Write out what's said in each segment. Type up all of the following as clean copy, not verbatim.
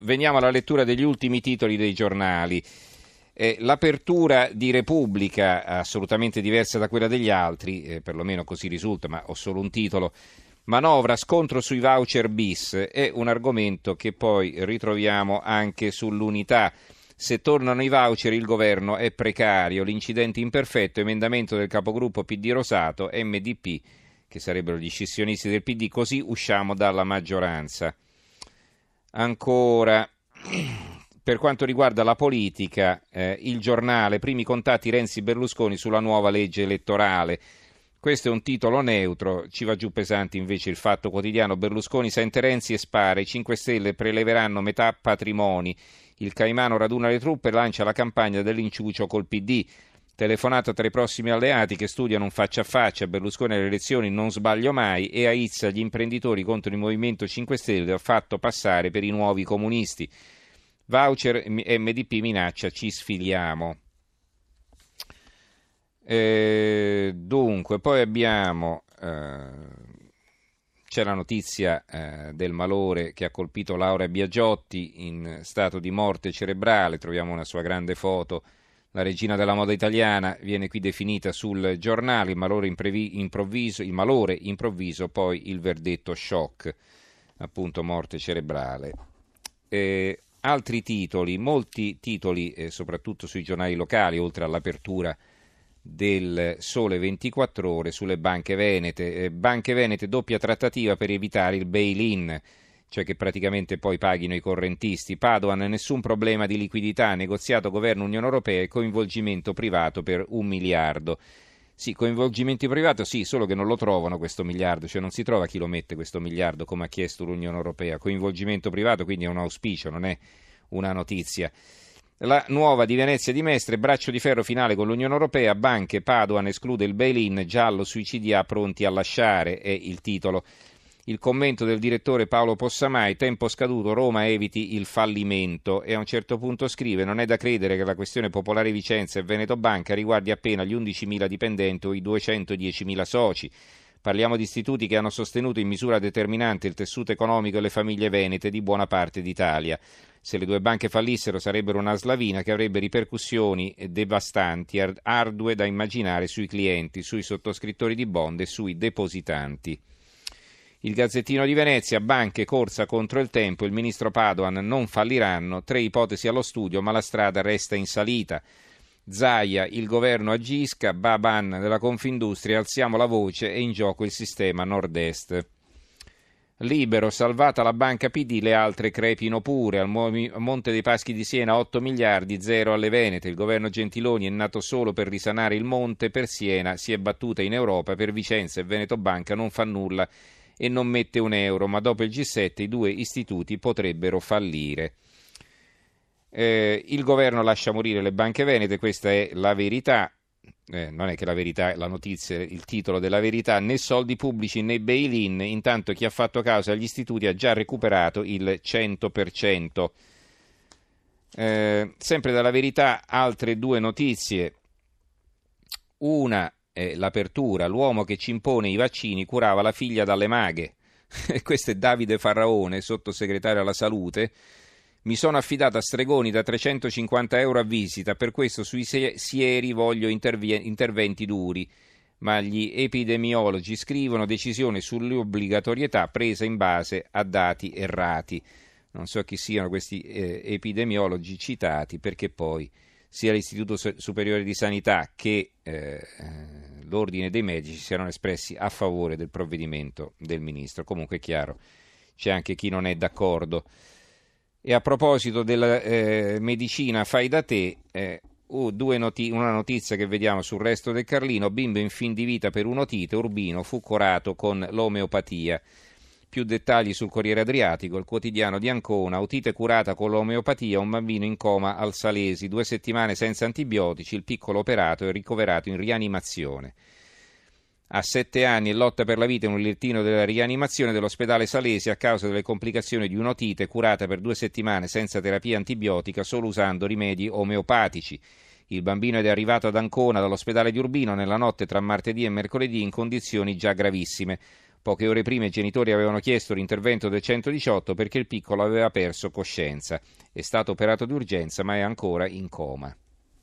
veniamo alla lettura degli ultimi titoli dei giornali. L'apertura di Repubblica, assolutamente diversa da quella degli altri, perlomeno così risulta, ma ho solo un titolo. Manovra, scontro sui voucher bis, è un argomento che poi ritroviamo anche sull'Unità. Se tornano i voucher il governo è precario, l'incidente imperfetto, emendamento del capogruppo PD Rosato, MDP, che sarebbero gli scissionisti del PD, così usciamo dalla maggioranza. Ancora, per quanto riguarda la politica, il giornale, primi contatti Renzi-Berlusconi sulla nuova legge elettorale. Questo è un titolo neutro, ci va giù pesante invece il Fatto Quotidiano. Berlusconi sente Renzi e spara, i 5 Stelle preleveranno metà patrimoni, il Caimano raduna le truppe e lancia la campagna dell'inciucio col PD. Telefonata tra i prossimi alleati che studiano un faccia a faccia, Berlusconi alle elezioni non sbaglio mai, e aizza gli imprenditori contro il Movimento 5 Stelle, ha fatto passare per i nuovi comunisti. Voucher, MDP minaccia, ci sfiliamo. Dunque, poi abbiamo, c'è la notizia del malore che ha colpito Laura Biagiotti in stato di morte cerebrale, troviamo una sua grande foto. La regina della moda italiana viene qui definita sul giornale, il malore improvviso, poi il verdetto shock, appunto morte cerebrale. Altri titoli, molti titoli, soprattutto sui giornali locali, oltre all'apertura del Sole 24 Ore sulle banche venete. Banche venete, doppia trattativa per evitare il bail-in, cioè che praticamente poi paghino i correntisti. Padoan, nessun problema di liquidità, negoziato governo Unione Europea e coinvolgimento privato per 1 miliardo. Sì, coinvolgimento privato sì, solo che non lo trovano questo miliardo, cioè non si trova chi lo mette questo miliardo come ha chiesto l'Unione Europea. Coinvolgimento privato quindi è un auspicio, non è una notizia. La nuova di Venezia di Mestre, braccio di ferro finale con l'Unione Europea, banche, Padoan esclude il bail-in, giallo sui CDA pronti a lasciare, è il titolo. Il commento del direttore Paolo Possamai, tempo scaduto, Roma eviti il fallimento, e a un certo punto scrive: non è da credere che la questione Popolare Vicenza e Veneto Banca riguardi appena gli 11.000 dipendenti o i 210.000 soci. Parliamo di istituti che hanno sostenuto in misura determinante il tessuto economico e le famiglie venete di buona parte d'Italia. Se le due banche fallissero sarebbero una slavina che avrebbe ripercussioni devastanti, ardue da immaginare sui clienti, sui sottoscrittori di bond e sui depositanti. Il Gazzettino di Venezia, banche, corsa contro il tempo, il ministro Padoan, non falliranno, 3 ipotesi allo studio ma la strada resta in salita. Zaia, il governo agisca, Baban della Confindustria, alziamo la voce, è in gioco il sistema nord-est. Libero, salvata la banca PD, le altre crepino pure, al Monte dei Paschi di Siena 8 miliardi, 0 alle Venete, il governo Gentiloni è nato solo per risanare il monte, per Siena si è battuta in Europa, per Vicenza e Veneto Banca non fa nulla e non mette un euro, ma dopo il G7 i due istituti potrebbero fallire. Il governo lascia morire le banche venete, questa è la verità. Non è che la verità è la notizia, il titolo della verità, né soldi pubblici né bail-in, intanto chi ha fatto causa agli istituti ha già recuperato il 100%. Sempre dalla verità, altre 2 notizie. Una è l'apertura, l'uomo che ci impone i vaccini curava la figlia dalle maghe. Questo è Davide Farraone, sottosegretario alla salute. Mi sono affidato a stregoni da 350 euro a visita, per questo sui sieri voglio interventi duri. Ma gli epidemiologi scrivono decisione sull'obbligatorietà presa in base a dati errati. Non so chi siano questi epidemiologi citati, perché poi sia l'Istituto Superiore di Sanità che l'Ordine dei Medici si erano espressi a favore del provvedimento del Ministro. Comunque è chiaro, c'è anche chi non è d'accordo. E a proposito della medicina fai da te, una notizia che vediamo sul Resto del Carlino, bimbo in fin di vita per un'otite, Urbino fu curato con l'omeopatia. Più dettagli sul Corriere Adriatico, il quotidiano di Ancona, otite curata con l'omeopatia, un bambino in coma al Salesi, 2 settimane senza antibiotici, il piccolo operato è ricoverato in rianimazione. A 7 anni e lotta per la vita in un lettino della rianimazione dell'ospedale Salesi a causa delle complicazioni di un'otite curata per 2 settimane senza terapia antibiotica solo usando rimedi omeopatici. Il bambino è arrivato ad Ancona dall'ospedale di Urbino nella notte tra martedì e mercoledì in condizioni già gravissime. Poche ore prima i genitori avevano chiesto l'intervento del 118 perché il piccolo aveva perso coscienza. È stato operato d'urgenza ma è ancora in coma.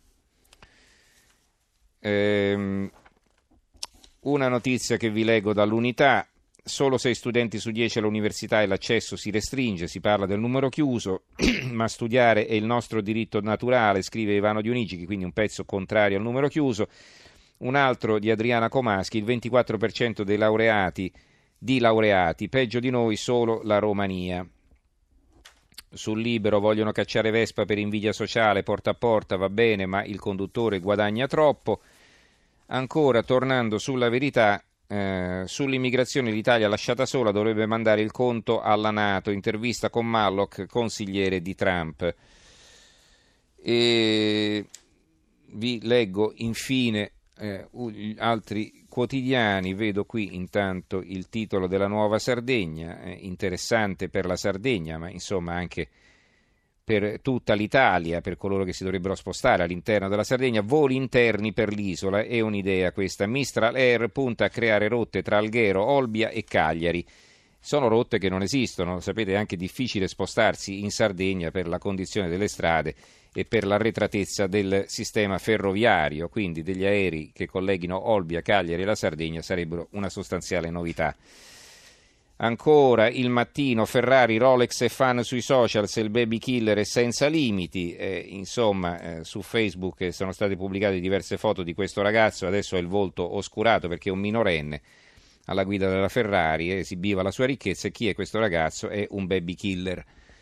Una notizia che vi leggo dall'Unità: solo 6 studenti su 10 all'università e l'accesso si restringe, si parla del numero chiuso, ma studiare è il nostro diritto naturale, scrive Ivano Dionigi, quindi un pezzo contrario al numero chiuso. Un altro di Adriana Comaschi: il 24% dei laureati, peggio di noi solo la Romania. Sul Libero: vogliono cacciare Vespa per invidia sociale, porta a porta va bene, ma il conduttore guadagna troppo. Ancora, tornando sulla Verità, sull'immigrazione l'Italia lasciata sola dovrebbe mandare il conto alla NATO, intervista con Malloch, consigliere di Trump. E vi leggo infine altri quotidiani. Vedo qui intanto il titolo della Nuova Sardegna, interessante per la Sardegna, ma insomma anche per tutta l'Italia, per coloro che si dovrebbero spostare all'interno della Sardegna. Voli interni per l'isola, è un'idea questa. Mistral Air punta a creare rotte tra Alghero, Olbia e Cagliari. Sono rotte che non esistono, sapete, è anche difficile spostarsi in Sardegna per la condizione delle strade e per l'arretratezza del sistema ferroviario, quindi degli aerei che colleghino Olbia, Cagliari e la Sardegna sarebbero una sostanziale novità. Ancora Il Mattino: Ferrari, Rolex e fan sui social, se il baby killer è senza limiti. Su Facebook sono state pubblicate diverse foto di questo ragazzo, adesso ha il volto oscurato perché è un minorenne alla guida della Ferrari, esibiva la sua ricchezza. E chi è questo ragazzo? È un baby killer.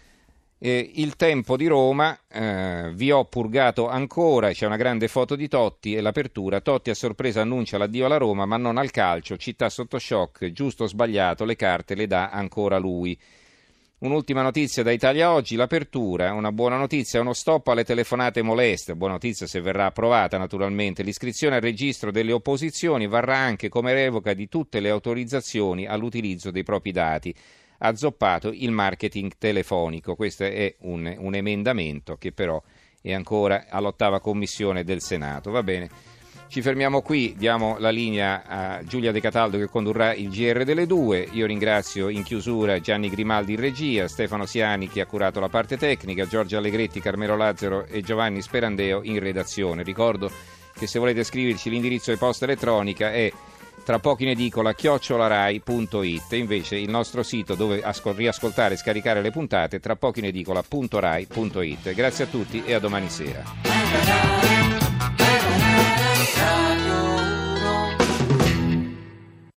Il Tempo di Roma: vi ho purgato ancora, c'è una grande foto di Totti e l'apertura: Totti a sorpresa annuncia l'addio alla Roma ma non al calcio, città sotto shock, giusto o sbagliato le carte le dà ancora lui. Un'ultima notizia da Italia Oggi, l'apertura: una buona notizia, uno stop alle telefonate moleste, buona notizia se verrà approvata naturalmente. L'iscrizione al registro delle opposizioni varrà anche come revoca di tutte le autorizzazioni all'utilizzo dei propri dati. Azzoppato il marketing telefonico. Questo è un emendamento che però è ancora all'8ª commissione del Senato. Va bene, ci fermiamo qui, diamo la linea a Giulia De Cataldo che condurrà il GR delle 2. Io ringrazio in chiusura Gianni Grimaldi in regia, Stefano Siani che ha curato la parte tecnica, Giorgio Allegretti, Carmelo Lazzaro e Giovanni Sperandeo in redazione. Ricordo che se volete scriverci l'indirizzo di posta elettronica è tra poco in edicola @rai.it, invece il nostro sito dove riascoltare e scaricare le puntate, tra poco in edicola.rai.it. Grazie a tutti e a domani sera.